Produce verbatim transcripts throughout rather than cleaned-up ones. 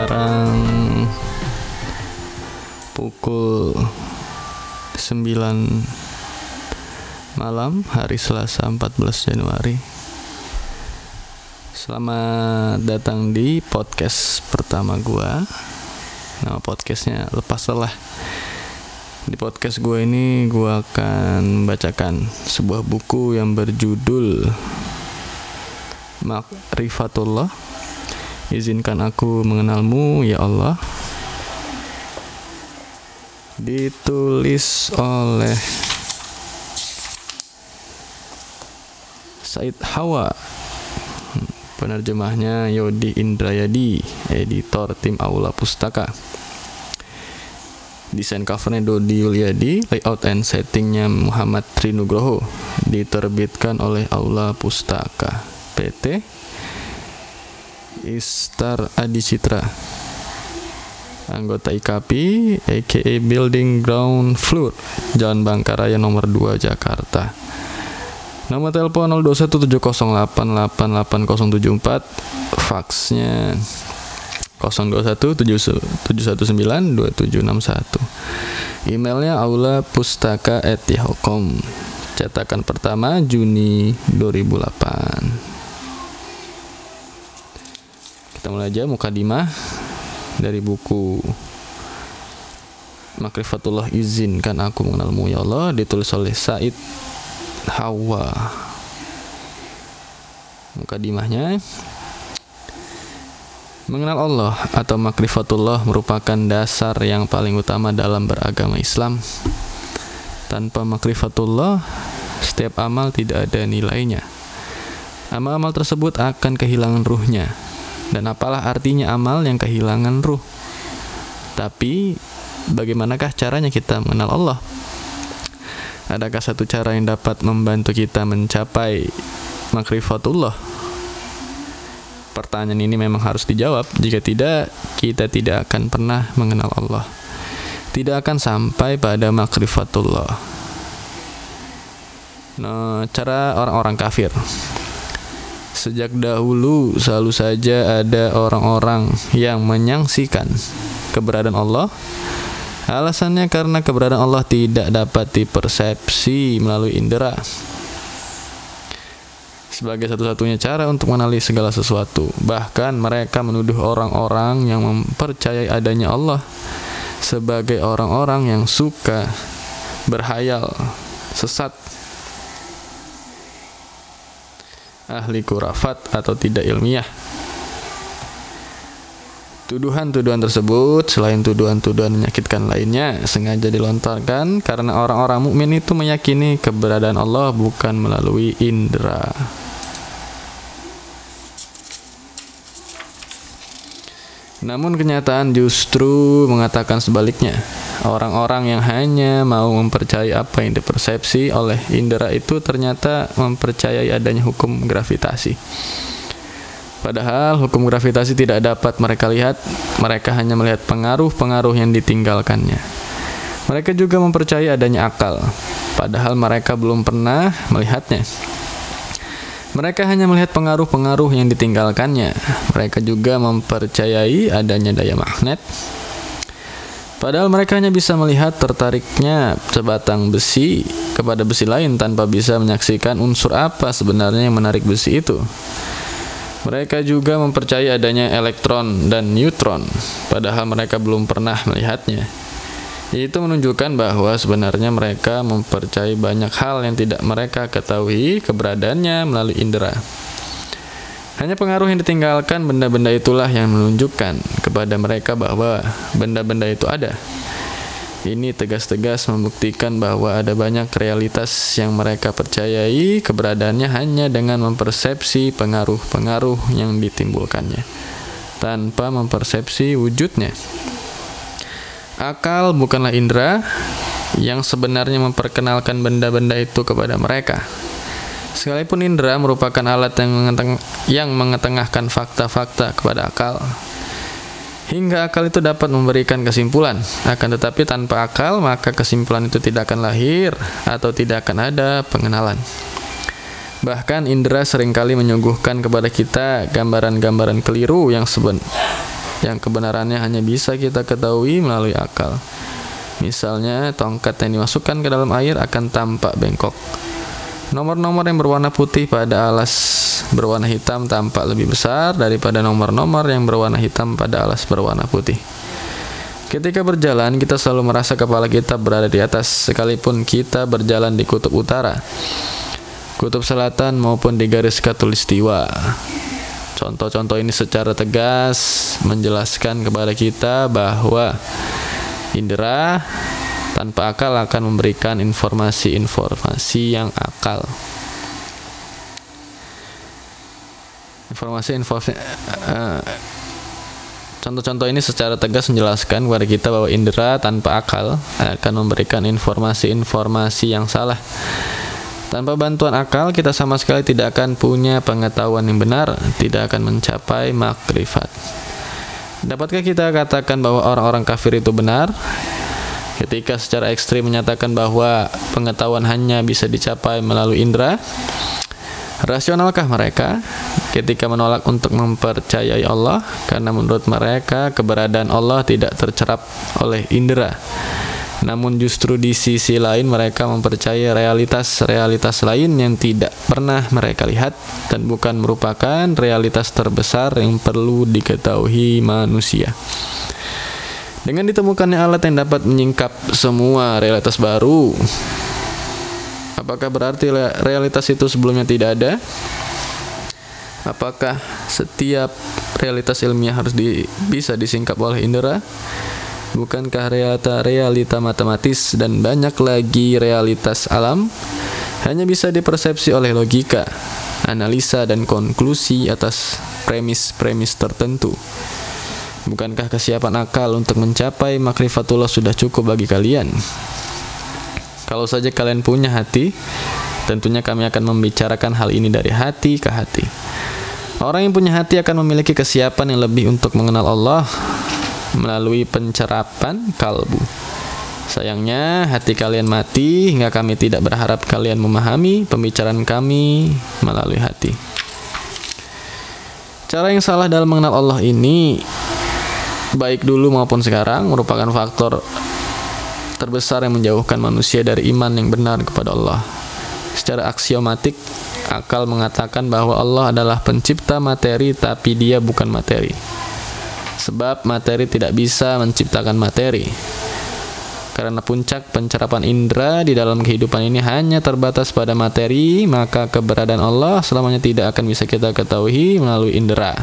Sekarang pukul sembilan malam hari Selasa empat belas Januari. Selamat datang di podcast pertama gua. Nama podcastnya Lepas Lelah. Di podcast gua ini gua akan membacakan sebuah buku yang berjudul Makrifatullah, Izinkan Aku Mengenalmu Ya Allah, ditulis oleh Said Hawa, penerjemahnya Yodi Indrayadi, editor tim Aula Pustaka. Desain covernya Dodi Yuliadi, layout and settingnya Muhammad Trinugroho. Diterbitkan oleh Aula Pustaka P T Istar Adi Citra, anggota I K P aka Building Ground Floor, Jalan Bangkaraya nomor dua Jakarta. Nomor telepon nol dua satu tujuh nol delapan delapan delapan nol tujuh empat, faksnya nol dua satu tujuh tujuh satu sembilan dua tujuh enam satu. Emailnya aulapustaka at yahoo titik com. Cetakan pertama Juni dua ribu delapan. Kita mulai aja mukadimah dari buku Makrifatullah, Izinkan Aku Mengenalmu Ya Allah, ditulis oleh Said Hawa. Mukadimahnya: mengenal Allah atau makrifatullah merupakan dasar yang paling utama dalam beragama Islam. Tanpa makrifatullah, setiap amal tidak ada nilainya. Amal-amal tersebut akan kehilangan ruhnya. Dan apalah artinya amal yang kehilangan ruh? Tapi bagaimanakah caranya kita mengenal Allah? Adakah satu cara yang dapat membantu kita mencapai makrifatullah? Pertanyaan ini memang harus dijawab. Jika tidak, kita tidak akan pernah mengenal Allah, tidak akan sampai pada makrifatullah. Nah, cara orang-orang kafir. Sejak dahulu selalu saja ada orang-orang yang menyaksikan keberadaan Allah. Alasannya karena keberadaan Allah tidak dapat dipersepsi melalui indera. Sebagai satu-satunya cara untuk mengenali segala sesuatu. Bahkan mereka menuduh orang-orang yang mempercayai adanya Allah sebagai orang-orang yang suka berhayal, sesat, ahli kurafat atau tidak ilmiah. Tuduhan-tuduhan tersebut, selain tuduhan-tuduhan menyakitkan lainnya, sengaja dilontarkan karena orang-orang mukmin itu meyakini keberadaan Allah bukan melalui indera. Namun kenyataan justru mengatakan sebaliknya. Orang-orang yang hanya mau mempercayai apa yang dipersepsi oleh indera itu ternyata mempercayai adanya hukum gravitasi. Padahal hukum gravitasi tidak dapat mereka lihat. Mereka hanya melihat pengaruh-pengaruh yang ditinggalkannya. Mereka juga mempercayai adanya akal, padahal mereka belum pernah melihatnya. Mereka hanya melihat pengaruh-pengaruh yang ditinggalkannya. Mereka juga mempercayai adanya daya magnet, padahal mereka hanya bisa melihat tertariknya sebatang besi kepada besi lain tanpa bisa menyaksikan unsur apa sebenarnya yang menarik besi itu. Mereka juga mempercayai adanya elektron dan neutron, padahal mereka belum pernah melihatnya. Itu menunjukkan bahwa sebenarnya mereka mempercayai banyak hal yang tidak mereka ketahui keberadaannya melalui indera. Hanya pengaruh yang ditinggalkan benda-benda itulah yang menunjukkan kepada mereka bahwa benda-benda itu ada. Ini tegas-tegas membuktikan bahwa ada banyak realitas yang mereka percayai keberadaannya hanya dengan mempersepsi pengaruh-pengaruh yang ditimbulkannya, tanpa mempersepsi wujudnya. Akal bukanlah indera yang sebenarnya memperkenalkan benda-benda itu kepada mereka. Sekalipun indera merupakan alat yang, mengeteng- yang mengetengahkan fakta-fakta kepada akal, hingga akal itu dapat memberikan kesimpulan. Akan tetapi tanpa akal, maka kesimpulan itu tidak akan lahir atau tidak akan ada pengenalan. Bahkan indera seringkali menyuguhkan kepada kita gambaran-gambaran keliru yang seben yang kebenarannya hanya bisa kita ketahui melalui akal. Misalnya, tongkat yang dimasukkan ke dalam air akan tampak bengkok. Nomor-nomor yang berwarna putih pada alas berwarna hitam tampak lebih besar daripada nomor-nomor yang berwarna hitam pada alas berwarna putih. Ketika berjalan, kita selalu merasa kepala kita berada di atas, sekalipun kita berjalan di kutub utara, kutub selatan maupun di garis khatulistiwa. Contoh-contoh ini secara tegas menjelaskan kepada kita bahwa indera tanpa akal akan memberikan informasi-informasi yang akal. Informasi-informasi uh, Contoh-contoh ini secara tegas menjelaskan kepada kita bahwa indera tanpa akal akan memberikan informasi-informasi yang salah. Tanpa bantuan akal, kita sama sekali tidak akan punya pengetahuan yang benar, tidak akan mencapai makrifat. Dapatkah kita katakan bahwa orang-orang kafir itu benar ketika secara ekstrim menyatakan bahwa pengetahuan hanya bisa dicapai melalui indera? Rasionalkah mereka ketika menolak untuk mempercayai Allah karena menurut mereka keberadaan Allah tidak tercerap oleh indera? Namun justru di sisi lain mereka mempercayai realitas-realitas lain yang tidak pernah mereka lihat dan bukan merupakan realitas terbesar yang perlu diketahui manusia. Dengan ditemukannya alat yang dapat menyingkap semua realitas baru, apakah berarti realitas itu sebelumnya tidak ada? Apakah setiap realitas ilmiah harus di, bisa disingkap oleh indera? Bukankah realita, realita matematis dan banyak lagi realitas alam hanya bisa dipersepsi oleh logika, analisa, dan konklusi atas premis-premis tertentu? Bukankah kesiapan akal untuk mencapai makrifatullah sudah cukup bagi kalian? Kalau saja kalian punya hati, tentunya kami akan membicarakan hal ini dari hati ke hati. Orang yang punya hati akan memiliki kesiapan yang lebih untuk mengenal Allah melalui pencerapan kalbu. Sayangnya hati kalian mati hingga kami tidak berharap kalian memahami pembicaraan kami melalui hati. Cara yang salah dalam mengenal Allah ini, baik dulu maupun sekarang, merupakan faktor terbesar yang menjauhkan manusia dari iman yang benar kepada Allah. Secara aksiomatik, akal mengatakan bahwa Allah adalah pencipta materi, tapi Dia bukan materi. Sebab materi tidak bisa menciptakan materi. Karena puncak pencerapan indera di dalam kehidupan ini hanya terbatas pada materi, maka keberadaan Allah selamanya tidak akan bisa kita ketahui melalui indera.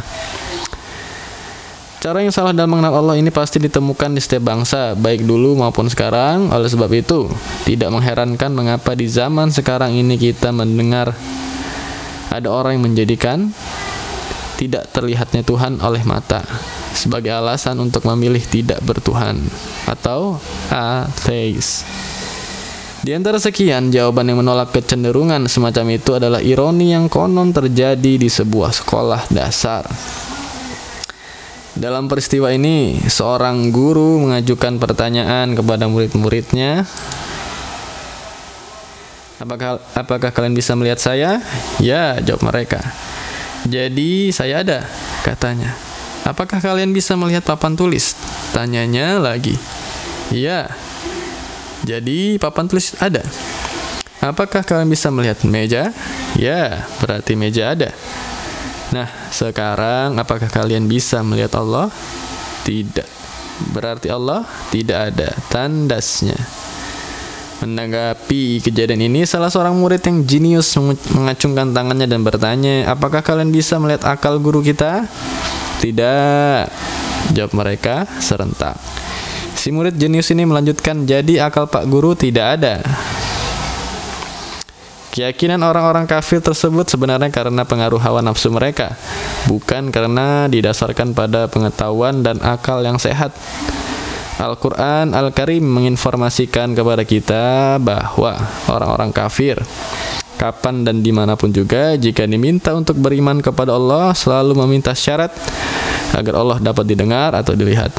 Cara yang salah dalam mengenal Allah ini pasti ditemukan di setiap bangsa, baik dulu maupun sekarang. Oleh sebab itu, tidak mengherankan mengapa di zaman sekarang ini kita mendengar ada orang yang menjadikan tidak terlihatnya Tuhan oleh mata sebagai alasan untuk memilih tidak bertuhan atau ateis. Di antara sekian jawaban yang menolak kecenderungan semacam itu adalah ironi yang konon terjadi di sebuah sekolah dasar. Dalam peristiwa ini, seorang guru mengajukan pertanyaan kepada murid-muridnya. Apakah, apakah kalian bisa melihat saya? Ya, jawab mereka. Jadi saya ada, katanya. Apakah kalian bisa melihat papan tulis? Tanyanya lagi. Ya. Jadi papan tulis ada. Apakah kalian bisa melihat meja? Ya, berarti meja ada. Nah, sekarang apakah kalian bisa melihat Allah? Tidak. Berarti Allah tidak ada tandasnya. Menanggapi kejadian ini, salah seorang murid yang jenius mengacungkan tangannya dan bertanya, apakah kalian bisa melihat akal guru kita? Tidak, jawab mereka serentak. Si murid jenius ini melanjutkan, jadi akal Pak Guru tidak ada. Keyakinan orang-orang kafir tersebut sebenarnya karena pengaruh hawa nafsu mereka, bukan karena didasarkan pada pengetahuan dan akal yang sehat. Al-Quran Al-Karim menginformasikan kepada kita bahwa orang-orang kafir, kapan dan dimanapun juga, jika diminta untuk beriman kepada Allah, selalu meminta syarat agar Allah dapat didengar atau dilihat.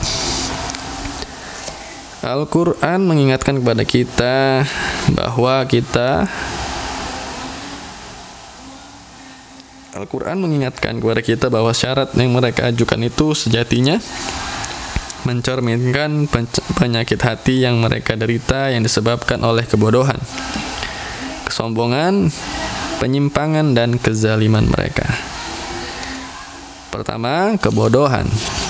Al-Quran mengingatkan kepada kita bahwa kita Al-Quran mengingatkan kepada kita bahwa syarat yang mereka ajukan itu sejatinya mencerminkan penyakit hati yang mereka derita yang disebabkan oleh kebodohan, kesombongan, penyimpangan, dan kezaliman mereka. Pertama, kebodohan.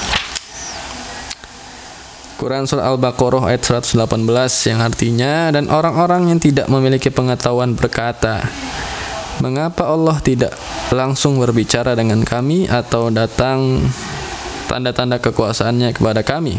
Quran Surah Al-Baqarah ayat seratus delapan belas yang artinya, dan orang-orang yang tidak memiliki pengetahuan berkata, mengapa Allah tidak langsung berbicara dengan kami atau datang tanda-tanda kekuasaannya kepada kami.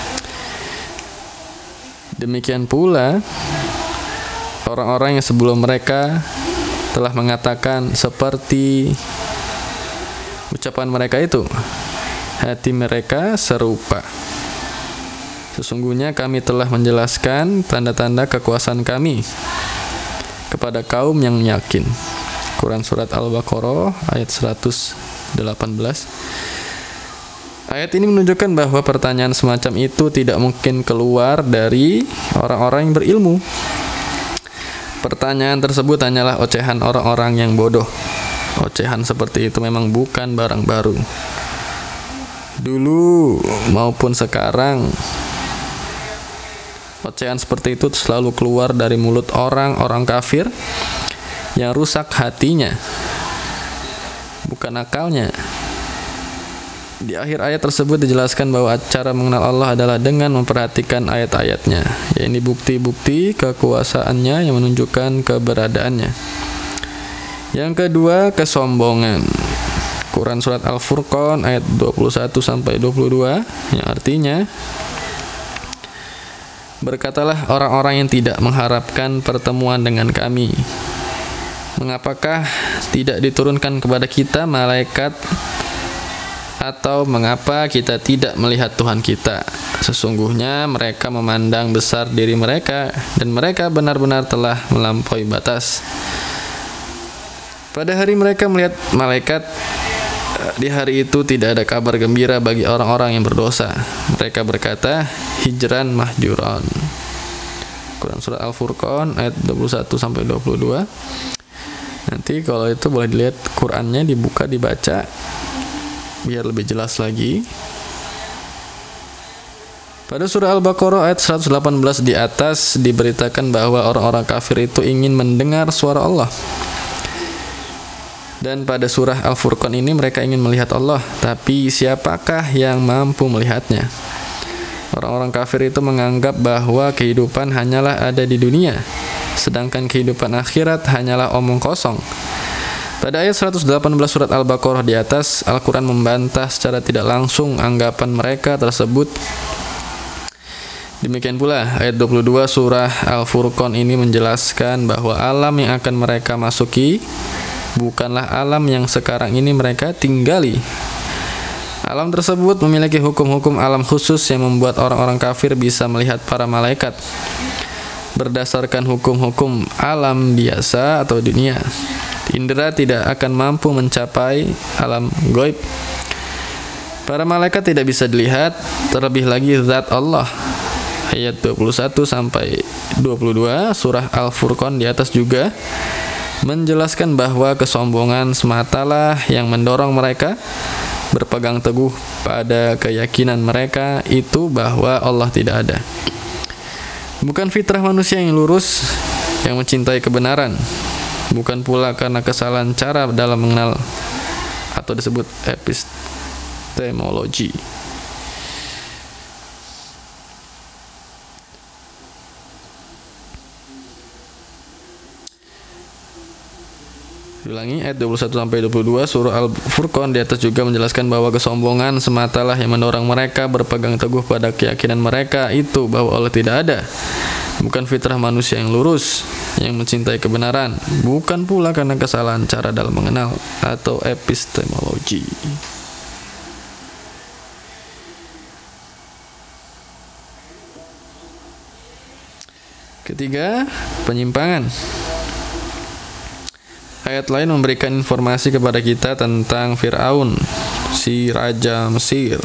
Demikian pula orang-orang yang sebelum mereka telah mengatakan seperti ucapan mereka itu, hati mereka serupa. Sesungguhnya kami telah menjelaskan tanda-tanda kekuasaan kami kepada kaum yang yakin. Quran Surat Al-Baqarah ayat seratus delapan belas. Ayat ini menunjukkan bahwa pertanyaan semacam itu tidak mungkin keluar dari orang-orang yang berilmu. Pertanyaan tersebut hanyalah ocehan orang-orang yang bodoh. Ocehan seperti itu memang bukan barang baru. Dulu maupun sekarang, ocehan seperti itu selalu keluar dari mulut orang-orang kafir yang rusak hatinya, bukan akalnya. Di akhir ayat tersebut dijelaskan bahwa cara mengenal Allah adalah dengan memperhatikan ayat-ayatnya, yaitu bukti-bukti kekuasaannya yang menunjukkan keberadaannya. Yang kedua, kesombongan. Quran Surat Al-Furqan ayat dua puluh satu sampai dua puluh dua yang artinya, berkatalah orang-orang yang tidak mengharapkan pertemuan dengan kami, mengapakah tidak diturunkan kepada kita malaikat, atau mengapa kita tidak melihat Tuhan kita? Sesungguhnya mereka memandang besar diri mereka dan mereka benar-benar telah melampaui batas. Pada hari mereka melihat malaikat, di hari itu tidak ada kabar gembira bagi orang-orang yang berdosa. Mereka berkata, hijran mahjuran. Quran Surah Al-Furqan ayat dua puluh satu sampai dua puluh dua. Nanti kalau itu boleh dilihat Qurannya, dibuka, dibaca biar lebih jelas lagi. Pada surah Al-Baqarah ayat seratus delapan belas di atas diberitakan bahwa orang-orang kafir itu ingin mendengar suara Allah. Dan pada surah Al-Furqan ini mereka ingin melihat Allah, tapi siapakah yang mampu melihatnya? Orang-orang kafir itu menganggap bahwa kehidupan hanyalah ada di dunia, sedangkan kehidupan akhirat hanyalah omong kosong. Pada ayat seratus delapan belas surat Al-Baqarah di atas, Al-Quran membantah secara tidak langsung anggapan mereka tersebut. Demikian pula ayat dua puluh dua surah Al-Furqan ini menjelaskan bahwa alam yang akan mereka masuki bukanlah alam yang sekarang ini mereka tinggali. Alam tersebut memiliki hukum-hukum alam khusus yang membuat orang-orang kafir bisa melihat para malaikat. Berdasarkan hukum-hukum alam biasa atau dunia, indera tidak akan mampu mencapai alam gaib. Para malaikat tidak bisa dilihat, terlebih lagi zat Allah. Ayat dua puluh satu sampai dua puluh dua surah Al-Furqan di atas juga menjelaskan bahwa kesombongan sematalah yang mendorong mereka berpegang teguh pada keyakinan mereka itu bahwa Allah tidak ada. Bukan fitrah manusia yang lurus yang mencintai kebenaran, bukan pula karena kesalahan cara dalam mengenal atau disebut epistemologi. Ulangi ayat dua puluh satu sampai dua puluh dua surah Al-Furqan di atas juga menjelaskan bahwa kesombongan sematalah yang mendorong mereka berpegang teguh pada keyakinan mereka itu bahwa Allah tidak ada. Bukan fitrah manusia yang lurus yang mencintai kebenaran, bukan pula karena kesalahan cara dalam mengenal atau epistemologi. Ketiga, penyimpangan. Ayat lain memberikan informasi kepada kita tentang Fir'aun, si raja Mesir.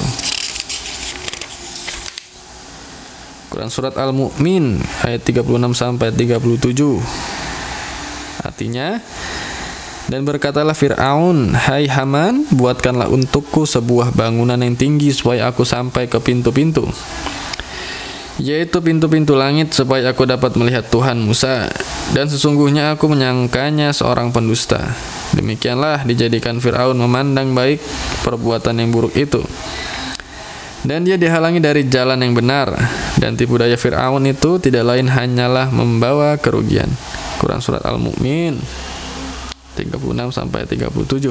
Quran Surat Al-Mu'min ayat tiga puluh enam sampai tiga puluh tujuh. Artinya, Dan berkatalah Fir'aun, "Hai Haman, buatkanlah untukku sebuah bangunan yang tinggi supaya aku sampai ke pintu-pintu, yaitu pintu-pintu langit, supaya aku dapat melihat Tuhan Musa. Dan sesungguhnya aku menyangkanya seorang pendusta." Demikianlah dijadikan Fir'aun memandang baik perbuatan yang buruk itu, dan dia dihalangi dari jalan yang benar. Dan tipu daya Fir'aun itu tidak lain hanyalah membawa kerugian. Quran Surat Al-Mu'min tiga puluh enam sampai tiga puluh tujuh.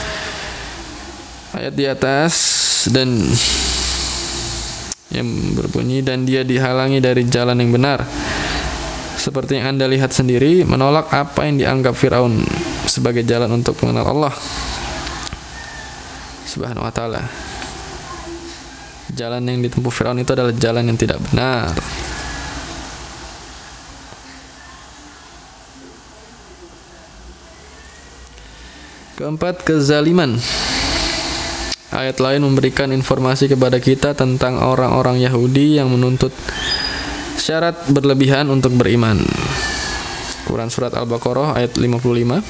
Ayat di atas dan yang berbunyi, dan dia dihalangi dari jalan yang benar. Seperti yang Anda lihat sendiri, menolak apa yang dianggap Fir'aun sebagai jalan untuk mengenal Allah Subhanahu wa ta'ala. Jalan yang ditempuh Fir'aun itu adalah jalan yang tidak benar. Keempat, kezaliman. Ayat lain memberikan informasi kepada kita tentang orang-orang Yahudi yang menuntut syarat berlebihan untuk beriman. Quran Surat Al-Baqarah ayat lima puluh lima,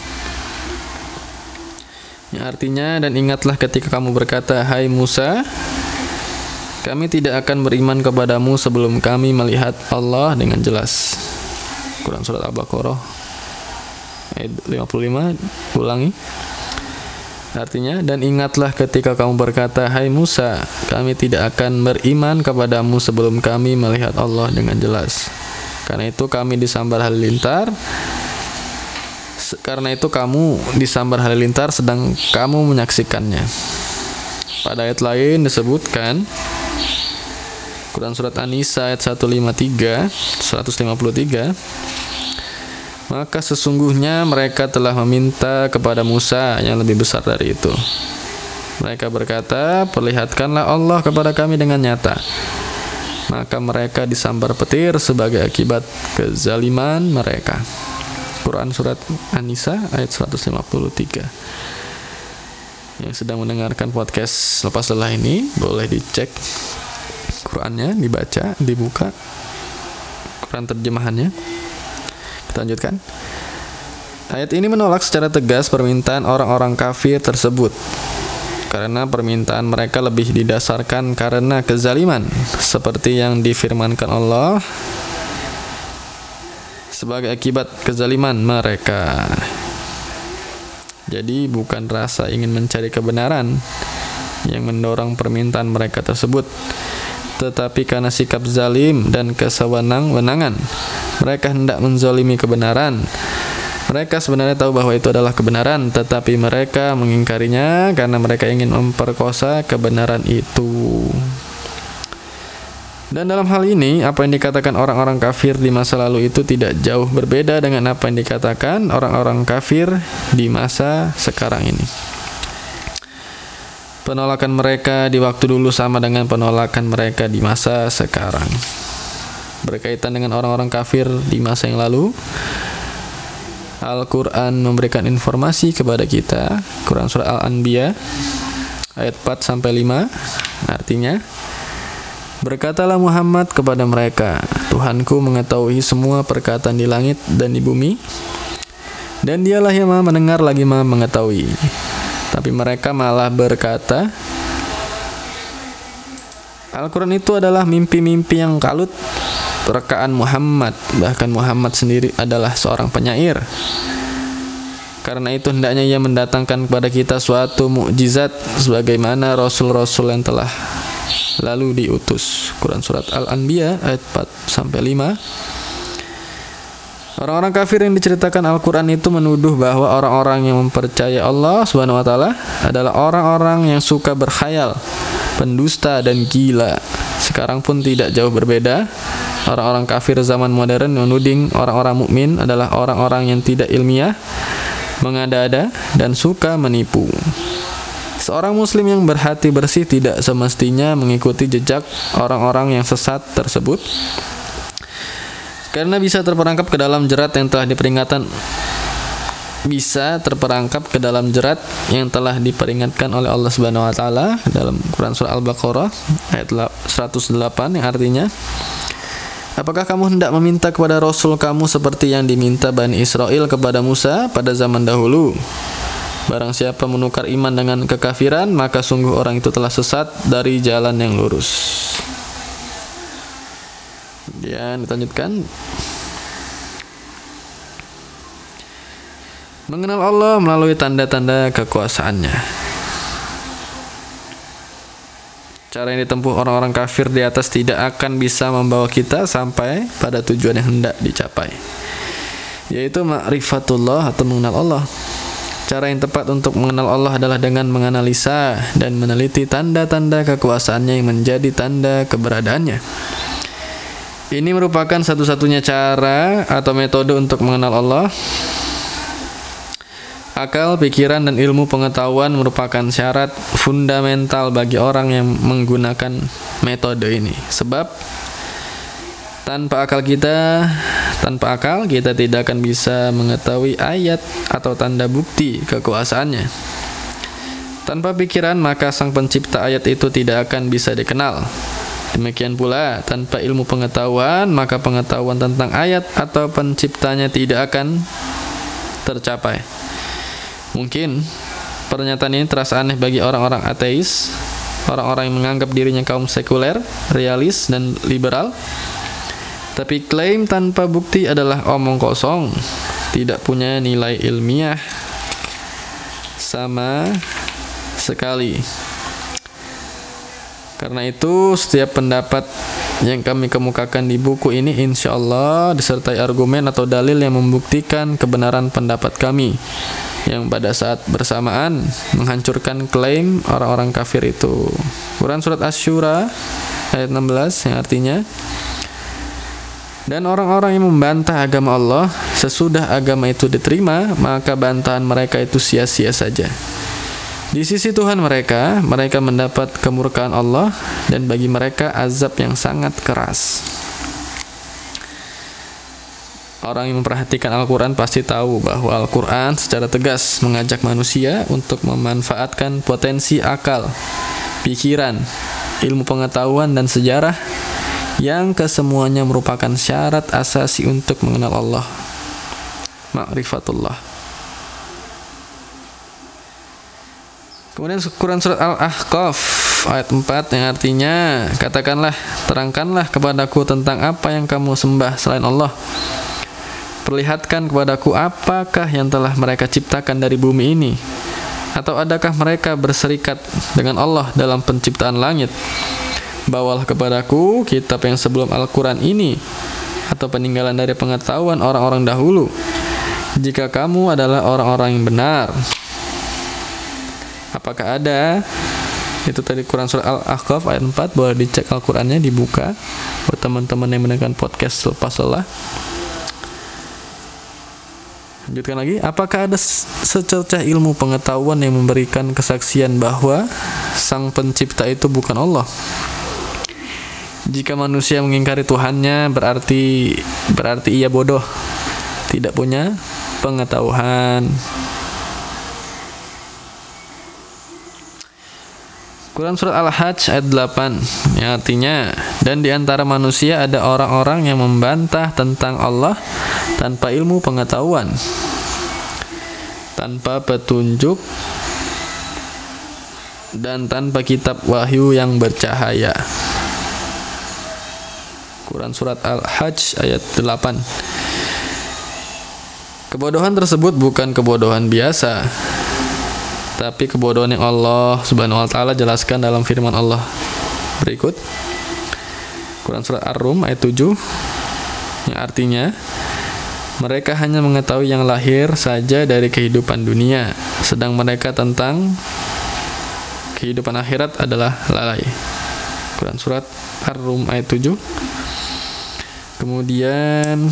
yang artinya, dan ingatlah ketika kamu berkata, "Hai Musa, kami tidak akan beriman kepadamu sebelum kami melihat Allah dengan jelas." Quran Surat Al-Baqarah ayat lima puluh lima, ulangi. Artinya, dan ingatlah ketika kamu berkata, "Hai Musa, kami tidak akan beriman kepadamu sebelum kami melihat Allah dengan jelas. Karena itu kami disambar halilintar. Karena itu kamu disambar halilintar sedang kamu menyaksikannya." Pada ayat lain disebutkan, Quran Surat An-Nisa ayat seratus lima puluh tiga, seratus lima puluh tiga, "Maka sesungguhnya mereka telah meminta kepada Musa yang lebih besar dari itu. Mereka berkata, 'Perlihatkanlah Allah kepada kami dengan nyata.' Maka mereka disambar petir sebagai akibat kezaliman mereka." Quran Surat An-Nisa ayat seratus lima puluh tiga. Yang sedang mendengarkan podcast lepas lelah ini, boleh dicek Qurannya, dibaca, dibuka Quran terjemahannya. Kita lanjutkan. Ayat ini menolak secara tegas permintaan orang-orang kafir tersebut, karena permintaan mereka lebih didasarkan karena kezaliman, seperti yang difirmankan Allah, sebagai akibat kezaliman mereka. Jadi bukan rasa ingin mencari kebenaran yang mendorong permintaan mereka tersebut, tetapi karena sikap zalim dan kesewenang-wenangan. Mereka hendak menzalimi kebenaran. Mereka sebenarnya tahu bahwa itu adalah kebenaran, tetapi mereka mengingkarinya karena mereka ingin memperkosa kebenaran itu. Dan dalam hal ini, apa yang dikatakan orang-orang kafir di masa lalu itu tidak jauh berbeda dengan apa yang dikatakan orang-orang kafir di masa sekarang ini. Penolakan mereka di waktu dulu sama dengan penolakan mereka di masa sekarang. Berkaitan dengan orang-orang kafir di masa yang lalu, Al-Quran memberikan informasi kepada kita. Quran Surah Al-Anbiya ayat empat sampai lima, artinya, "Berkatalah Muhammad kepada mereka, Tuhanku mengetahui semua perkataan di langit dan di bumi, dan dialah yang maha mendengar lagi maha mengetahui." Tapi mereka malah berkata, Al-Quran itu adalah mimpi-mimpi yang kalut, rekaan Muhammad. Bahkan Muhammad sendiri adalah seorang penyair. Karena itu hendaknya ia mendatangkan kepada kita suatu mukjizat sebagaimana rasul-rasul yang telah lalu diutus. Quran Surat Al-Anbiya ayat empat sampai lima. Orang-orang kafir yang diceritakan Al-Quran itu menuduh bahwa orang-orang yang mempercayai Allah Subhanahu wa ta'ala adalah orang-orang yang suka berkhayal, pendusta, dan gila. Sekarang pun tidak jauh berbeda. Orang-orang kafir zaman modern menuding orang-orang mukmin adalah orang-orang yang tidak ilmiah, mengada-ada, dan suka menipu. Seorang muslim yang berhati bersih tidak semestinya mengikuti jejak orang-orang yang sesat tersebut, karena bisa terperangkap ke dalam jerat yang telah diperingatkan bisa terperangkap ke dalam jerat yang telah diperingatkan oleh Allah Subhanahu wa taala dalam Quran Surah Al-Baqarah ayat seratus delapan, yang artinya, Apakah kamu hendak meminta kepada Rasul kamu seperti yang diminta Bani Israel kepada Musa pada zaman dahulu? Barang siapa menukar iman dengan kekafiran, maka sungguh orang itu telah sesat dari jalan yang lurus. Kemudian dilanjutkan, mengenal Allah melalui tanda-tanda kekuasaannya. Cara yang ditempuh orang-orang kafir di atas tidak akan bisa membawa kita sampai pada tujuan yang hendak dicapai, yaitu ma'rifatullah atau mengenal Allah. Cara yang tepat untuk mengenal Allah adalah dengan menganalisa dan meneliti tanda-tanda kekuasaannya yang menjadi tanda keberadaannya. Ini merupakan satu-satunya cara atau metode untuk mengenal Allah. Akal, pikiran, dan ilmu pengetahuan merupakan syarat fundamental bagi orang yang menggunakan metode ini. Sebab tanpa akal kita, tanpa akal kita tidak akan bisa mengetahui ayat atau tanda bukti kekuasaannya. Tanpa pikiran, maka sang pencipta ayat itu tidak akan bisa dikenal. Demikian pula, tanpa ilmu pengetahuan, maka pengetahuan tentang ayat atau penciptanya tidak akan tercapai. Mungkin pernyataan ini terasa aneh bagi orang-orang ateis, orang-orang yang menganggap dirinya kaum sekuler, realis, dan liberal. Tapi klaim tanpa bukti adalah omong kosong, tidak punya nilai ilmiah sama sekali. Karena itu, setiap pendapat yang kami kemukakan di buku ini insya Allah disertai argumen atau dalil yang membuktikan kebenaran pendapat kami, yang pada saat bersamaan menghancurkan klaim orang-orang kafir itu. Quran Surat Asy-Syura ayat enam belas yang artinya, dan orang-orang yang membantah agama Allah sesudah agama itu diterima, maka bantahan mereka itu sia-sia saja. Di sisi Tuhan mereka, mereka mendapat kemurkaan Allah, dan bagi mereka azab yang sangat keras. Orang yang memperhatikan Al-Quran pasti tahu bahwa Al-Quran secara tegas mengajak manusia untuk memanfaatkan potensi akal, pikiran, ilmu pengetahuan, dan sejarah yang kesemuanya merupakan syarat asasi untuk mengenal Allah, ma'rifatullah. Kemudian Quran Surat Al-Ahqaf ayat empat yang artinya, katakanlah, terangkanlah kepadaku tentang apa yang kamu sembah selain Allah. Perlihatkan kepadaku apakah yang telah mereka ciptakan dari bumi ini, atau adakah mereka berserikat dengan Allah dalam penciptaan langit. Bawalah kepadaku kitab yang sebelum Al-Quran ini, atau peninggalan dari pengetahuan orang-orang dahulu, jika kamu adalah orang-orang yang benar. Apakah ada? Itu tadi Quran Surah Al-Ahqaf ayat empat. Boleh dicek Al-Qurannya, dibuka buat teman-teman yang mendengarkan podcast lepas lelah. Lanjutkan lagi. Apakah ada secercah ilmu pengetahuan yang memberikan kesaksian bahwa sang pencipta itu bukan Allah? Jika manusia mengingkari Tuhannya, berarti berarti ia bodoh, tidak punya pengetahuan. Quran Surat Al-Hajj ayat delapan yang artinya, dan di antara manusia ada orang-orang yang membantah tentang Allah tanpa ilmu pengetahuan, tanpa petunjuk, dan tanpa kitab wahyu yang bercahaya. Quran Surat Al-Hajj ayat delapan. Kebodohan tersebut bukan kebodohan biasa, tapi kebodohan yang Allah Subhanahu wa taala jelaskan dalam firman Allah berikut. Quran Surat Ar-Rum ayat tujuh yang artinya, mereka hanya mengetahui yang lahir saja dari kehidupan dunia, sedang mereka tentang kehidupan akhirat adalah lalai. Quran Surat Ar-Rum ayat tujuh. Kemudian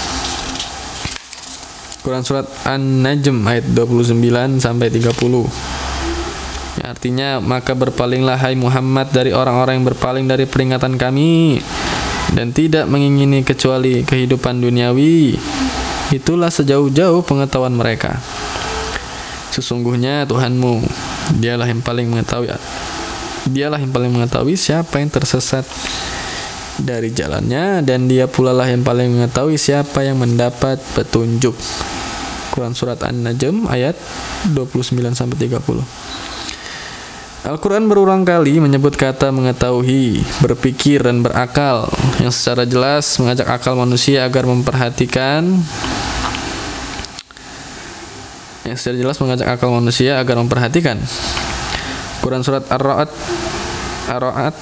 Quran Surat An-Najm ayat dua puluh sembilan sampai tiga puluh. Ya, artinya, maka berpalinglah hai Muhammad dari orang-orang yang berpaling dari peringatan kami dan tidak mengingini kecuali kehidupan duniawi. Itulah sejauh-jauh pengetahuan mereka. Sesungguhnya Tuhanmu, dialah yang paling mengetahui. Dialah yang paling mengetahui siapa yang tersesat dari jalannya, dan dia pula lah yang paling mengetahui siapa yang mendapat petunjuk. Quran Surat An-Najm ayat dua puluh sembilan sampai tiga puluh. Al-Quran berulang kali menyebut kata mengetahui, berpikir, dan berakal, yang secara jelas mengajak akal manusia agar memperhatikan yang secara jelas mengajak akal manusia agar memperhatikan. Quran Surat Ar-Ra'd Ar-Ra'd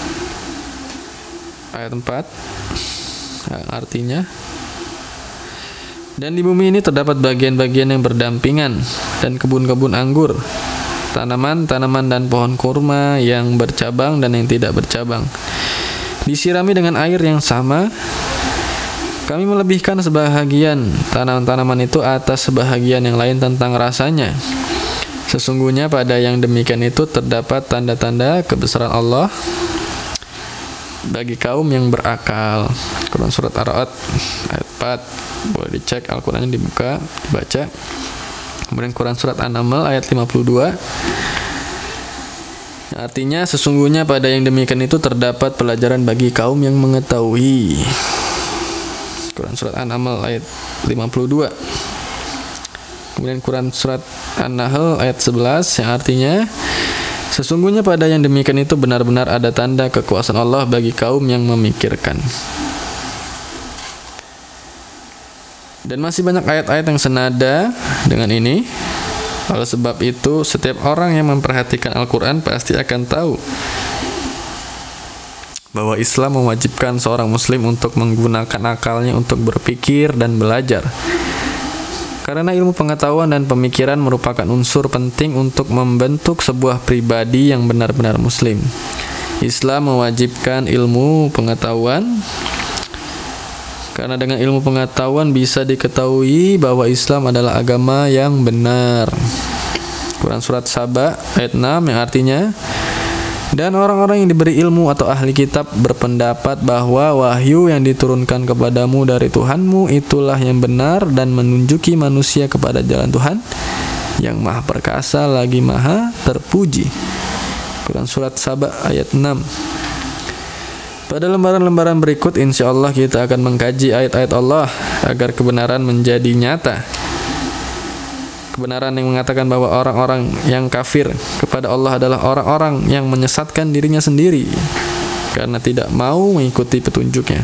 ayat empat, artinya, dan di bumi ini terdapat bagian-bagian yang berdampingan, dan kebun-kebun anggur, tanaman-tanaman dan pohon kurma yang bercabang dan yang tidak bercabang, disirami dengan air yang sama. Kami melebihkan sebahagian tanaman-tanaman itu atas sebahagian yang lain tentang rasanya. Sesungguhnya pada yang demikian itu terdapat tanda-tanda kebesaran Allah bagi kaum yang berakal. Quran Surat Ar-Ra'd ayat empat. Boleh dicek, Al-Qurannya dibuka, dibaca. Kemudian Quran Surat An-Naml ayat lima puluh dua. Artinya, sesungguhnya pada yang demikian itu terdapat pelajaran bagi kaum yang mengetahui. Quran Surat An-Naml ayat lima puluh dua. Kemudian Quran Surat An-Nahl ayat sebelas, yang artinya, sesungguhnya pada yang demikian itu benar-benar ada tanda kekuasaan Allah bagi kaum yang memikirkan. Dan masih banyak ayat-ayat yang senada dengan ini. Oleh sebab itu, setiap orang yang memperhatikan Al-Quran pasti akan tahu bahwa Islam mewajibkan seorang muslim untuk menggunakan akalnya untuk berpikir dan belajar. Karena ilmu pengetahuan dan pemikiran merupakan unsur penting untuk membentuk sebuah pribadi yang benar-benar muslim. Islam mewajibkan ilmu pengetahuan karena dengan ilmu pengetahuan bisa diketahui bahwa Islam adalah agama yang benar. Quran Surat Saba ayat enam, yang artinya, dan orang-orang yang diberi ilmu atau ahli kitab berpendapat bahwa wahyu yang diturunkan kepadamu dari Tuhanmu itulah yang benar dan menunjuki manusia kepada jalan Tuhan yang maha perkasa lagi maha terpuji. Quran Surat Saba ayat enam. Pada lembaran-lembaran berikut, insya Allah kita akan mengkaji ayat-ayat Allah agar kebenaran menjadi nyata. Kebenaran yang mengatakan bahwa orang-orang yang kafir kepada Allah adalah orang-orang yang menyesatkan dirinya sendiri karena tidak mau mengikuti petunjuknya.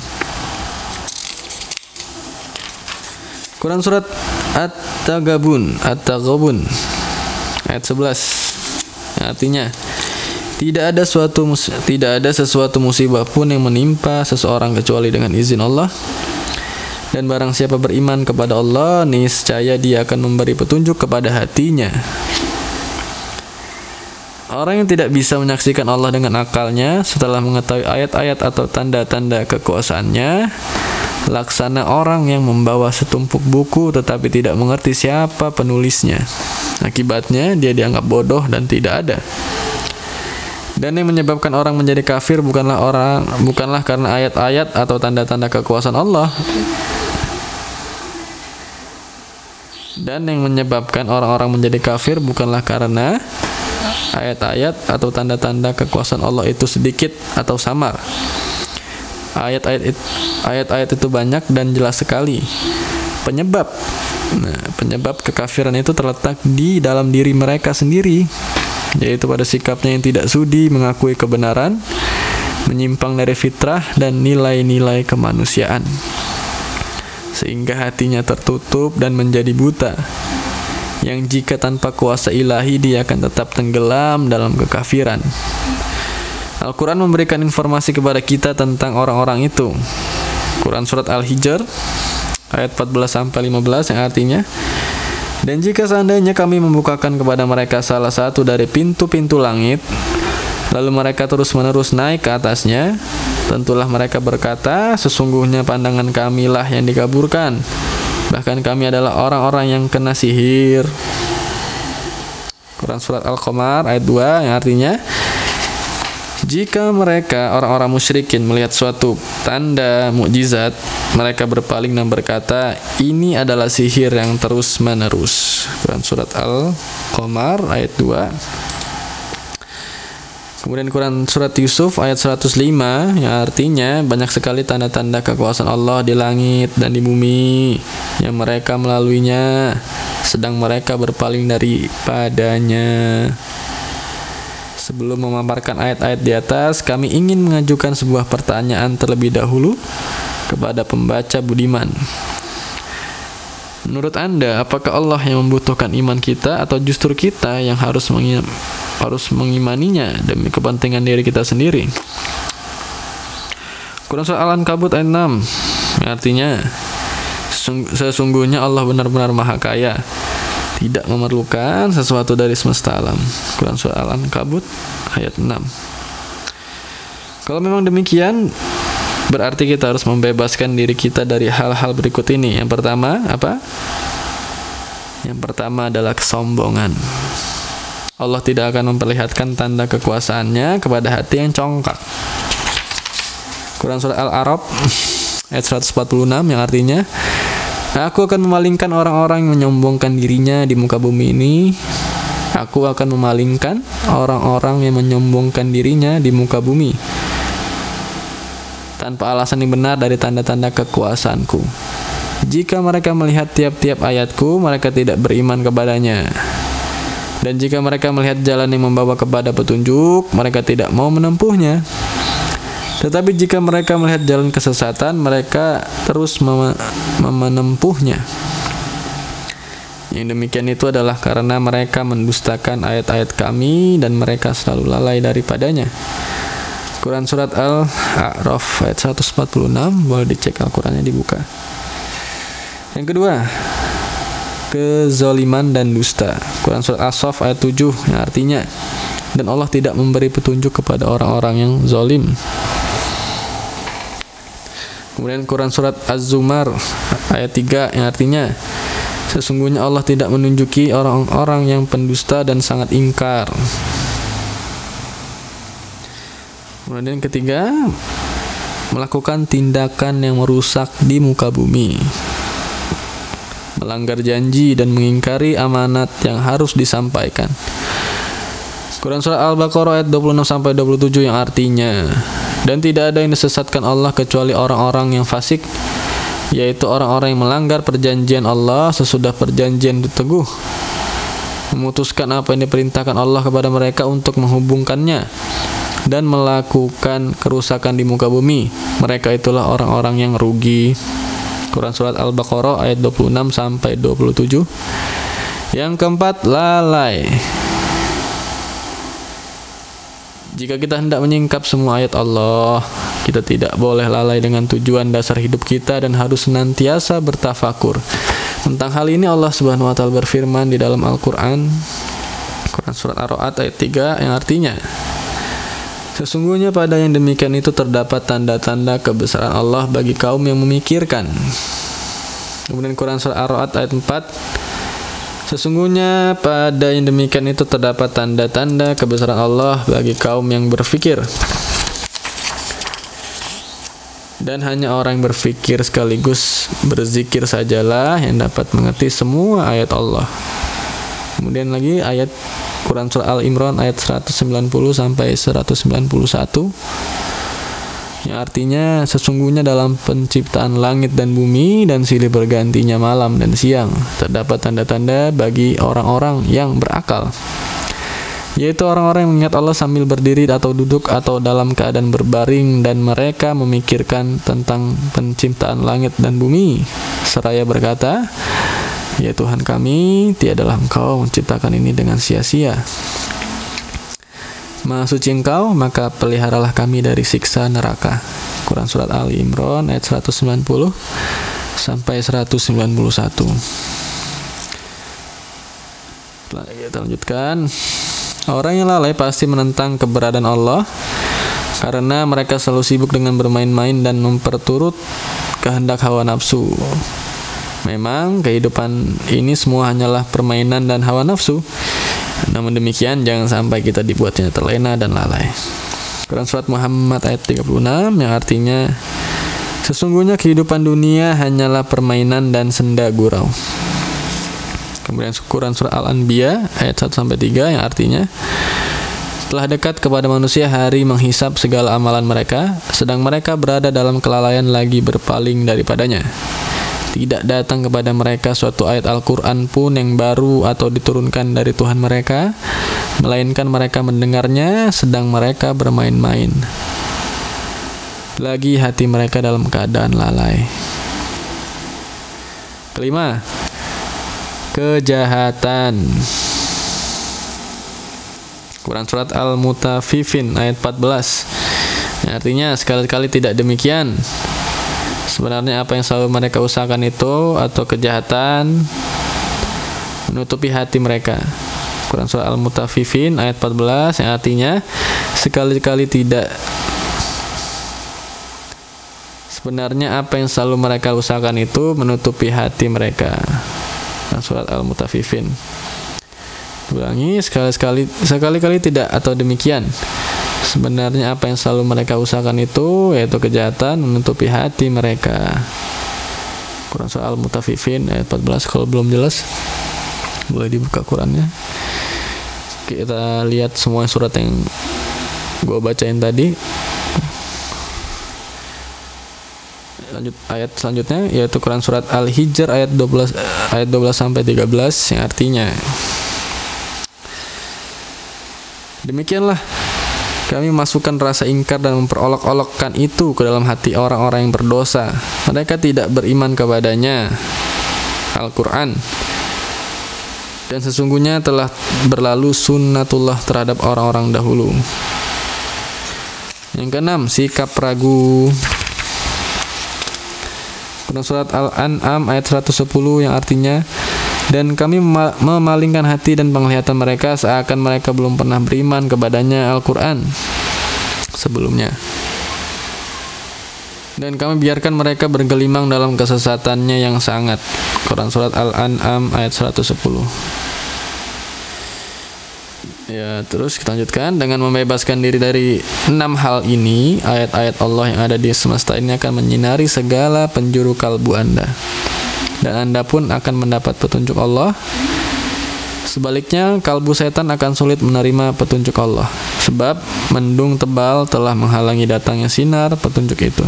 Quran Surat At-Taghabun At-Taghabun ayat sebelas, yang artinya, Tidak ada suatu mus- tidak ada sesuatu musibah pun yang menimpa seseorang kecuali dengan izin Allah. Dan barang siapa beriman kepada Allah, niscaya Dia akan memberi petunjuk kepada hatinya. Orang yang tidak bisa menyaksikan Allah dengan akalnya setelah mengetahui ayat-ayat atau tanda-tanda kekuasaannya, laksana orang yang membawa setumpuk buku tetapi tidak mengerti siapa penulisnya. Akibatnya dia dianggap bodoh dan tidak ada. Dan yang menyebabkan orang menjadi kafir bukanlah orang bukanlah karena ayat-ayat atau tanda-tanda kekuasaan Allah. Dan yang menyebabkan orang-orang menjadi kafir bukanlah karena ayat-ayat atau tanda-tanda kekuasaan Allah itu sedikit atau samar. Ayat-ayat ayat-ayat itu banyak dan jelas sekali. Penyebab Nah, penyebab kekafiran itu terletak di dalam diri mereka sendiri, yaitu pada sikapnya yang tidak sudi mengakui kebenaran, menyimpang dari fitrah dan nilai-nilai kemanusiaan, sehingga hatinya tertutup dan menjadi buta, yang jika tanpa kuasa ilahi dia akan tetap tenggelam dalam kekafiran. Al-Quran memberikan informasi kepada kita tentang orang-orang itu. Quran Surat Al-Hijr ayat empat belas sampai lima belas, yang artinya, dan jika seandainya kami membukakan kepada mereka salah satu dari pintu-pintu langit, lalu mereka terus-menerus naik ke atasnya, tentulah mereka berkata, sesungguhnya pandangan kamilah yang dikaburkan, bahkan kami adalah orang-orang yang kena sihir. Quran Surat Al-Qamar ayat dua, yang artinya, jika mereka orang-orang musyrikin melihat suatu tanda mukjizat, mereka berpaling dan berkata, ini adalah sihir yang terus-menerus. Quran Surat Al-Qamar ayat dua. Kemudian Quran surat Yusuf ayat seratus lima yang artinya banyak sekali tanda-tanda kekuasaan Allah di langit dan di bumi yang mereka melaluinya sedang mereka berpaling daripadanya. Sebelum memaparkan ayat-ayat di atas, kami ingin mengajukan sebuah pertanyaan terlebih dahulu kepada pembaca budiman. Menurut Anda, apakah Allah yang membutuhkan iman kita atau justru kita yang harus mengim- harus mengimaninya demi kepentingan diri kita sendiri? Quran surah Al-Ankabut ayat enam yang artinya sesungguhnya Allah benar-benar maha kaya, tidak memerlukan sesuatu dari semesta alam. Quran surah Al-Ankabut ayat enam. Kalau memang demikian, berarti kita harus membebaskan diri kita dari hal-hal berikut ini. Yang pertama apa? Yang pertama adalah kesombongan. Allah tidak akan memperlihatkan tanda kekuasaannya kepada hati yang congkak. Quran surah Al-A'raf ayat seratus empat puluh enam yang artinya, Aku akan memalingkan orang-orang yang menyombongkan dirinya di muka bumi ini. Aku akan memalingkan orang-orang yang menyombongkan dirinya di muka bumi tanpa alasan yang benar dari tanda-tanda kekuasaanku. Jika mereka melihat tiap-tiap ayatku, mereka tidak beriman kepadanya. Dan jika mereka melihat jalan yang membawa kepada petunjuk, mereka tidak mau menempuhnya. Tetapi jika mereka melihat jalan kesesatan, mereka terus mem- menempuhnya. Yang demikian itu adalah karena mereka mendustakan ayat-ayat kami dan mereka selalu lalai daripadanya. Quran surat Al-A'raf ayat seratus empat puluh enam, boleh dicek Al-Qurannya dibuka. Yang kedua, kezaliman dan dusta. Quran surat As-Saff ayat tujuh yang artinya, dan Allah tidak memberi petunjuk kepada orang-orang yang zalim. Kemudian Quran surat Az-Zumar ayat tiga yang artinya, sesungguhnya Allah tidak menunjuki orang-orang yang pendusta dan sangat ingkar. Kemudian ketiga, melakukan tindakan yang merusak di muka bumi, melanggar janji dan mengingkari amanat yang harus disampaikan. Quran surah Al-Baqarah ayat dua puluh enam sampai dua puluh tujuh yang artinya, dan tidak ada yang disesatkan Allah kecuali orang-orang yang fasik, yaitu orang-orang yang melanggar perjanjian Allah sesudah perjanjian diteguh, memutuskan apa yang diperintahkan Allah kepada mereka untuk menghubungkannya, dan melakukan kerusakan di muka bumi. Mereka itulah orang-orang yang rugi. Quran surat Al-Baqarah ayat dua puluh enam sampai dua puluh tujuh. Yang keempat, lalai. Jika kita hendak menyingkap semua ayat Allah, kita tidak boleh lalai dengan tujuan dasar hidup kita dan harus senantiasa bertafakur. Tentang hal ini Allah Subhanahu wa taala berfirman di dalam Al-Qur'an, Quran surat Ar-Ra'd ayat tiga yang artinya, sesungguhnya pada yang demikian itu terdapat tanda-tanda kebesaran Allah bagi kaum yang memikirkan. Kemudian Quran surah Ar-Ra'd ayat empat, sesungguhnya pada yang demikian itu terdapat tanda-tanda kebesaran Allah bagi kaum yang berfikir. Dan hanya orang yang berfikir sekaligus berzikir sajalah yang dapat mengerti semua ayat Allah. Kemudian lagi ayat Quran surah Al-Imran ayat seratus sembilan puluh sampai seratus sembilan puluh satu yang artinya, sesungguhnya dalam penciptaan langit dan bumi dan silih bergantinya malam dan siang terdapat tanda-tanda bagi orang-orang yang berakal, yaitu orang-orang yang mengingat Allah sambil berdiri atau duduk atau dalam keadaan berbaring, dan mereka memikirkan tentang penciptaan langit dan bumi seraya berkata, ya Tuhan kami, tiadalah Engkau menciptakan ini dengan sia-sia. Maha suci Engkau, maka peliharalah kami dari siksa neraka. Quran surat Ali Imran ayat seratus sembilan puluh sampai seratus sembilan puluh satu. Kita lanjutkan. Orang yang lalai pasti menentang keberadaan Allah karena mereka selalu sibuk dengan bermain-main dan memperturut kehendak hawa nafsu. Memang kehidupan ini semua hanyalah permainan dan hawa nafsu. Namun demikian, jangan sampai kita dibuatnya terlena dan lalai. Quran surat Muhammad ayat tiga puluh enam yang artinya, sesungguhnya kehidupan dunia hanyalah permainan dan senda gurau. Kemudian Quran surah Al-Anbiya ayat satu sampai tiga yang artinya, Telah dekat kepada manusia hari menghisap segala amalan mereka, sedang mereka berada dalam kelalaian lagi berpaling daripadanya. Tidak datang kepada mereka suatu ayat Al-Quran pun yang baru atau diturunkan dari Tuhan mereka, melainkan mereka mendengarnya sedang mereka bermain-main. Lagi hati mereka dalam keadaan lalai. Kelima, kejahatan. Quran surat Al-Mutaffifin ayat empat belas. Ya, artinya sekali-kali tidak demikian. Sebenarnya apa yang selalu mereka usahakan itu atau kejahatan menutupi hati mereka. Quran surat Al-Mutaffifin ayat empat belas yang artinya sekali-kali tidak. Sebenarnya apa yang selalu mereka usahakan itu menutupi hati mereka. Quran surat Al-Mutaffifin. Ulangi, sekali-sekali sekali-kali tidak atau demikian. Sebenarnya apa yang selalu mereka usahakan itu yaitu kejahatan menutupi hati mereka. Quran surah Al-Mutaffifin ayat empat belas. Kalau belum jelas boleh dibuka Qurannya. Kita lihat semua surat yang gue bacain tadi. Lanjut ayat selanjutnya yaitu Quran surat Al-Hijr ayat dua belas ayat dua belas sampai tiga belas yang artinya demikianlah kami masukkan rasa ingkar dan memperolok-olokkan itu ke dalam hati orang-orang yang berdosa. Mereka tidak beriman kepadanya, Al-Quran. Dan sesungguhnya telah berlalu sunnatullah terhadap orang-orang dahulu. Yang keenam, sikap ragu. Quran surat Al-An'am ayat seratus sepuluh yang artinya dan kami memalingkan hati dan penglihatan mereka seakan mereka belum pernah beriman kepadanya Al-Quran sebelumnya. Dan kami biarkan mereka bergelimang dalam kesesatannya yang sangat. Quran surat Al-An'am ayat seratus sepuluh. Ya, terus kita lanjutkan dengan membebaskan diri dari enam hal ini. Ayat-ayat Allah yang ada di semesta ini akan menyinari segala penjuru kalbu Anda. Dan Anda pun akan mendapat petunjuk Allah. Sebaliknya, kalbu setan akan sulit menerima petunjuk Allah, sebab mendung tebal telah menghalangi datangnya sinar petunjuk itu.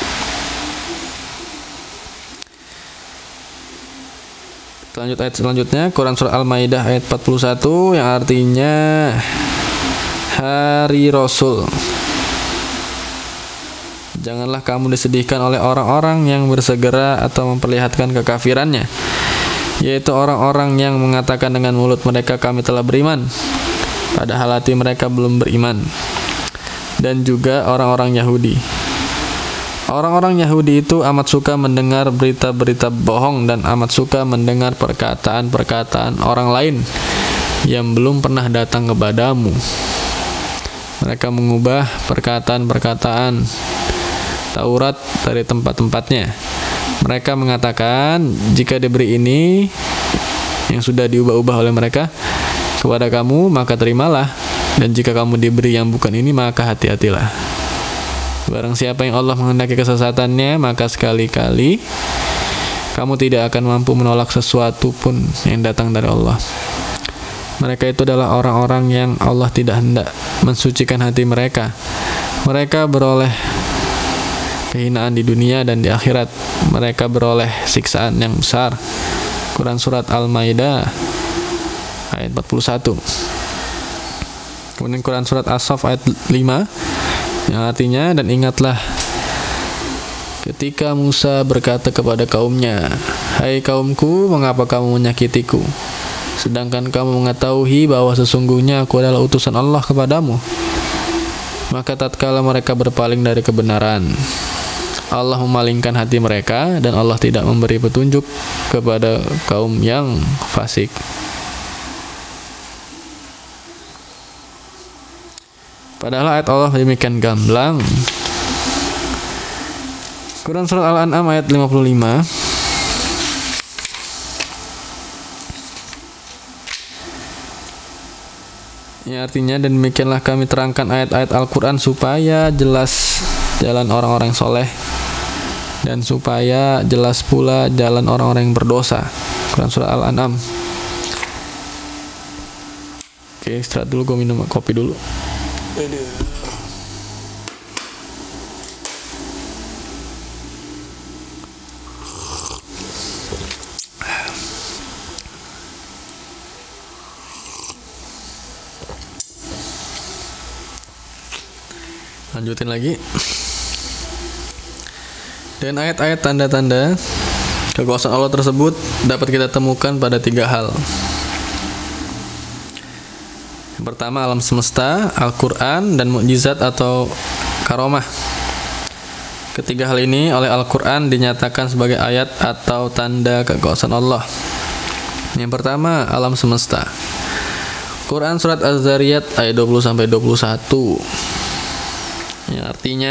Lanjut ayat selanjutnya, Quran surah Al-Maidah ayat empat puluh satu yang artinya hari Rasul. Janganlah kamu disedihkan oleh orang-orang yang bersegera atau memperlihatkan kekafirannya, yaitu orang-orang yang mengatakan dengan mulut mereka kami telah beriman, padahal hati mereka belum beriman. Dan juga orang-orang Yahudi. Orang-orang Yahudi itu amat suka mendengar berita-berita bohong dan amat suka mendengar perkataan-perkataan orang lain yang belum pernah datang kepadamu. Mereka mengubah perkataan-perkataan Taurat dari tempat-tempatnya. Mereka mengatakan jika diberi ini yang sudah diubah-ubah oleh mereka kepada kamu, maka terimalah, dan jika kamu diberi yang bukan ini, maka hati-hatilah. Barang siapa yang Allah menghendaki kesesatannya, maka sekali-kali kamu tidak akan mampu menolak sesuatu pun yang datang dari Allah. Mereka itu adalah orang-orang yang Allah tidak hendak mensucikan hati mereka. Mereka beroleh kehinaan di dunia dan di akhirat. Mereka beroleh siksaan yang besar. Quran surat Al-Maidah ayat empat puluh satu. Kemudian Quran surat As-Saff ayat lima yang artinya dan ingatlah ketika Musa berkata kepada kaumnya, hai kaumku, mengapa kamu menyakitiku, sedangkan kamu mengetahui bahwa sesungguhnya aku adalah utusan Allah kepadamu. Maka tatkala mereka berpaling dari kebenaran, Allah memalingkan hati mereka dan Allah tidak memberi petunjuk kepada kaum yang fasik. Padahal ayat Allah demikian gamblang. Quran surat Al-An'am ayat lima puluh lima. Ya, artinya dan demikianlah kami terangkan ayat-ayat Al-Quran supaya jelas jalan orang-orang soleh dan supaya jelas pula jalan orang-orang yang berdosa. Quran surah Al-An'am. Oke, istirahat dulu, gue minum kopi dulu. Aduh. Lanjutin lagi. Dan ayat-ayat tanda-tanda kekuasaan Allah tersebut dapat kita temukan pada tiga hal. Yang pertama, alam semesta, Al-Quran, dan mukjizat atau karomah. Ketiga hal ini oleh Al-Quran dinyatakan sebagai ayat atau tanda kekuasaan Allah. Yang pertama, alam semesta. Quran surat Az-Zariyat ayat dua puluh sampai dua puluh satu. Yang artinya,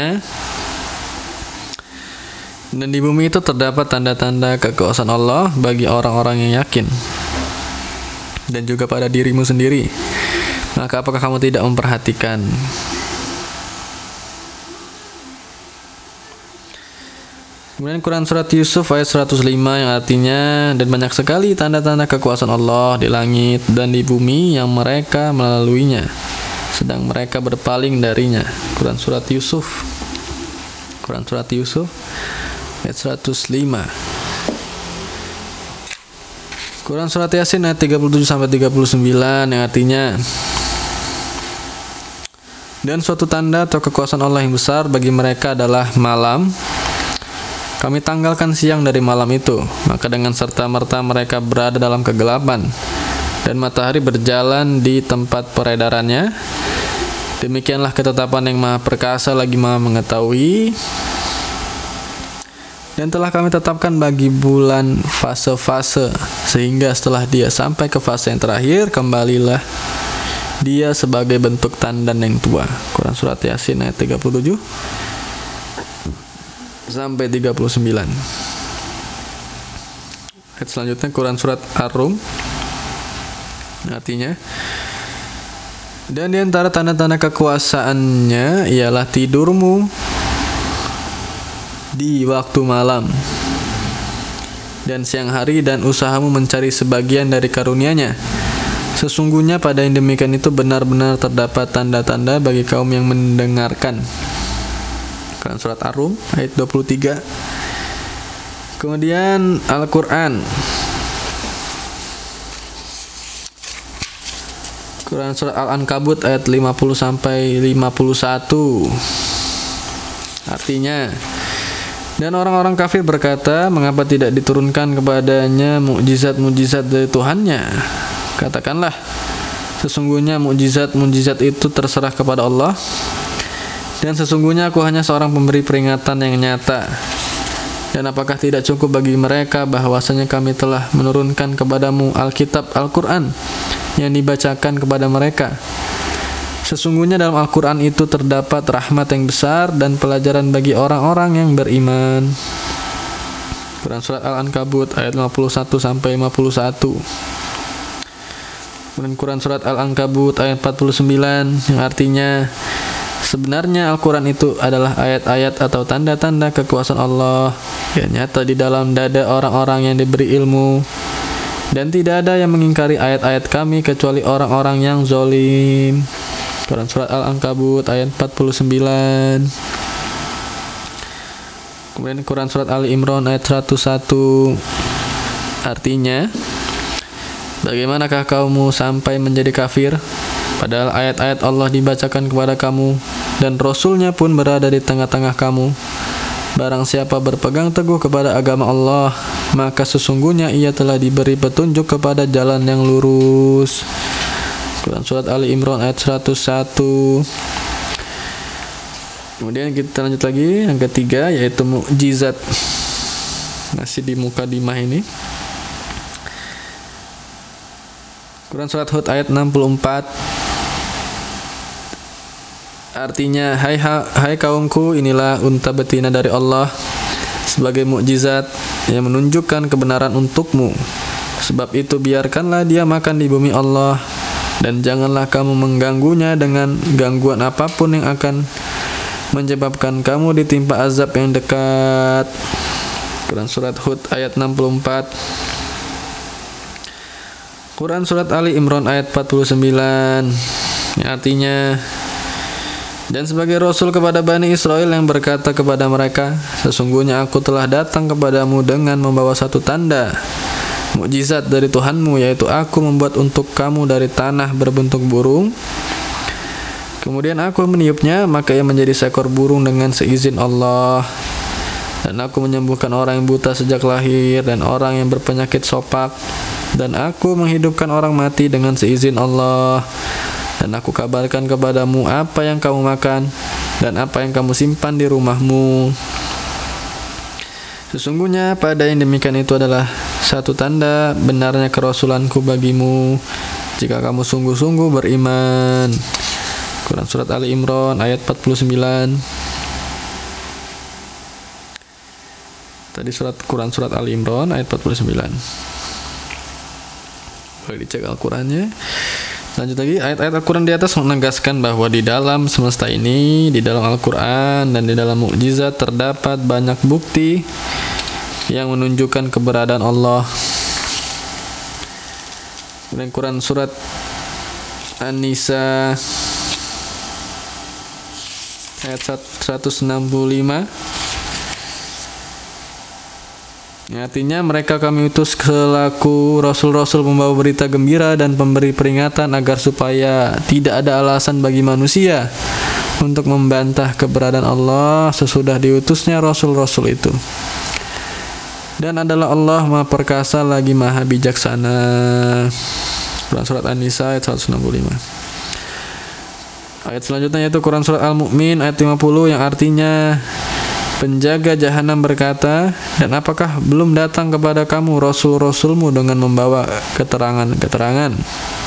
dan di bumi itu terdapat tanda-tanda kekuasaan Allah bagi orang-orang yang yakin, dan juga pada dirimu sendiri. Maka apakah kamu tidak memperhatikan? Kemudian Quran surat Yusuf ayat seratus lima yang artinya, dan banyak sekali tanda-tanda kekuasaan Allah di langit dan di bumi yang mereka melaluinya, sedang mereka berpaling darinya. Quran surat Yusuf Quran surat Yusuf ayat seratus lima. Quran surat Yasin ayat tiga puluh tujuh sampai tiga puluh sembilan yang artinya, dan suatu tanda atau kekuasaan Allah yang besar bagi mereka adalah malam. Kami tanggalkan siang dari malam itu, maka dengan serta-merta mereka berada dalam kegelapan, dan matahari berjalan di tempat peredarannya. Demikianlah ketetapan yang Maha Perkasa lagi Maha Mengetahui. Dan telah kami tetapkan bagi bulan fase-fase, sehingga setelah dia sampai ke fase yang terakhir, kembalilah dia sebagai bentuk tandan yang tua. Quran surat Yasin ayat tiga puluh tujuh sampai tiga puluh sembilan. Ayat selanjutnya Quran surat Ar-Rum, artinya, dan di antara tanda-tanda kekuasaannya ialah tidurmu di waktu malam dan siang hari, dan usahamu mencari sebagian dari karunia-Nya. Sesungguhnya pada yang demikian itu benar-benar terdapat tanda-tanda bagi kaum yang mendengarkan. Quran surat Ar-Rum ayat dua puluh tiga. Kemudian Al-Quran, Quran surat Al-Ankabut ayat lima puluh sampai lima puluh satu. Artinya, dan orang-orang kafir berkata, mengapa tidak diturunkan kepadanya mukjizat-mukjizat dari Tuhannya? Katakanlah, sesungguhnya mukjizat-mukjizat itu terserah kepada Allah, dan sesungguhnya aku hanya seorang pemberi peringatan yang nyata. Dan apakah tidak cukup bagi mereka bahwasanya kami telah menurunkan kepadamu Alkitab Al-Quran yang dibacakan kepada mereka? Sesungguhnya dalam Al-Quran itu terdapat rahmat yang besar dan pelajaran bagi orang-orang yang beriman. Quran surat Al-Ankabut ayat lima puluh satu sampai lima puluh satu. Kemudian Quran surat Al-Ankabut ayat empat puluh sembilan yang artinya, sebenarnya Al-Quran itu adalah ayat-ayat atau tanda-tanda kekuasaan Allah yang nyata di dalam dada orang-orang yang diberi ilmu, dan tidak ada yang mengingkari ayat-ayat kami kecuali orang-orang yang zalim. Quran surat Al-Ankabut ayat empat puluh sembilan. Kemudian Quran surat Ali Imran ayat seratus satu. Artinya, bagaimanakah kaummu sampai menjadi kafir, padahal ayat-ayat Allah dibacakan kepada kamu, dan Rasulnya pun berada di tengah-tengah kamu. Barang siapa berpegang teguh kepada agama Allah, maka sesungguhnya ia telah diberi petunjuk kepada jalan yang lurus. Quran surat Ali Imran ayat seratus satu. Kemudian kita lanjut lagi yang ketiga, yaitu mukjizat. Masih di mukadimah ini. Quran surat Hud ayat enam puluh empat. Artinya, hai, ha, hai kaumku, inilah unta betina dari Allah sebagai mukjizat yang menunjukkan kebenaran untukmu. Sebab itu biarkanlah dia makan di bumi Allah, dan janganlah kamu mengganggunya dengan gangguan apapun yang akan menyebabkan kamu ditimpa azab yang dekat. Quran surat Hud ayat enam puluh empat. Quran surat Ali Imran ayat empat puluh sembilan, yang artinya, Dan sebagai Rasul kepada Bani Israel yang berkata kepada mereka, sesungguhnya aku telah datang kepadamu dengan membawa satu tanda mukjizat dari Tuhanmu, yaitu aku membuat untuk kamu dari tanah berbentuk burung. Kemudian aku meniupnya, maka ia menjadi seekor burung dengan seizin Allah. Dan aku menyembuhkan orang yang buta sejak lahir dan orang yang berpenyakit sopak. Dan aku menghidupkan orang mati dengan seizin Allah. Dan aku kabarkan kepadamu apa yang kamu makan dan apa yang kamu simpan di rumahmu. Sesungguhnya pada yang demikian itu adalah satu tanda benarnya kerasulanku bagimu, jika kamu sungguh-sungguh beriman. Quran Surat Ali Imran ayat empat puluh sembilan. Tadi surat Quran Surat Ali Imran ayat empat puluh sembilan. Boleh dicek Al-Qurannya. Lanjut lagi, ayat-ayat Al-Quran di atas menegaskan bahwa di dalam semesta ini, di dalam Al-Quran dan di dalam mukjizat terdapat banyak bukti yang menunjukkan keberadaan Allah. Kemudian Quran Surat An-Nisa ayat seratus enam puluh lima. Artinya mereka kami utus selaku rasul-rasul membawa berita gembira dan pemberi peringatan agar supaya tidak ada alasan bagi manusia untuk membantah keberadaan Allah sesudah diutusnya rasul-rasul itu. Dan adalah Allah Maha Perkasa lagi Maha Bijaksana. Quran Surat An-Nisa ayat seratus enam puluh lima. Ayat selanjutnya yaitu Quran Surat Al-Mu'min ayat lima puluh, yang artinya penjaga jahanam berkata, dan apakah belum datang kepada kamu rasul-rasulmu dengan membawa keterangan-keterangan?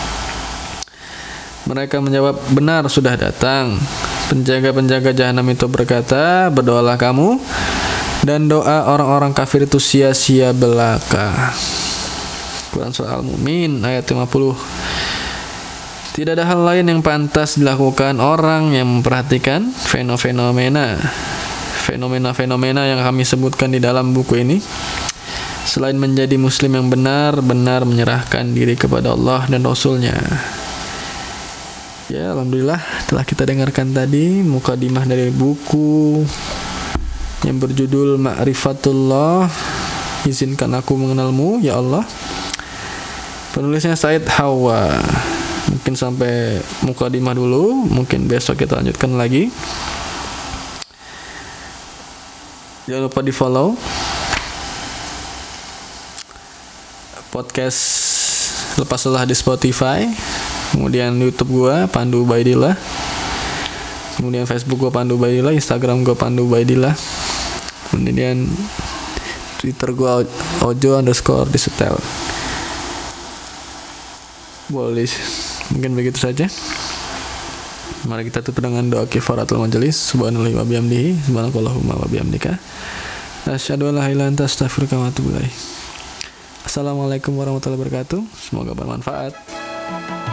Mereka menjawab, benar, sudah datang. Penjaga-penjaga jahanam itu berkata, berdoalah kamu, dan doa orang-orang kafir itu sia-sia belaka. Quran Surah Al-Mu'min ayat lima puluh. Tidak ada hal lain yang pantas dilakukan orang yang memperhatikan fenomena fenomena-fenomena yang kami sebutkan di dalam buku ini, selain menjadi muslim yang benar-benar menyerahkan diri kepada Allah dan Rasulnya. Ya, alhamdulillah telah kita dengarkan tadi mukadimah dari buku yang berjudul Ma'rifatullah, izinkan aku mengenalmu ya Allah. Penulisnya Said Hawa. Mungkin sampai mukadimah dulu, mungkin besok kita lanjutkan lagi. Jangan lupa di follow podcast Lepas Lelah di Spotify, kemudian YouTube gua Pandu Ubaidillah, kemudian Facebook gua Pandu Ubaidillah, Instagram gua Pandu Ubaidillah, kemudian Twitter gua Ojo underscore disetel. Boleh, mungkin begitu saja. Mari kita tutup dengan doa kifaratul majelis. Subhanallahi wa bihamdihi, subhanakallahumma wa bihamdika, asyhadu an la ilaha illa anta, astaghfiruka wa atubu ilaik. Assalamualaikum warahmatullahi wabarakatuh. Semoga bermanfaat.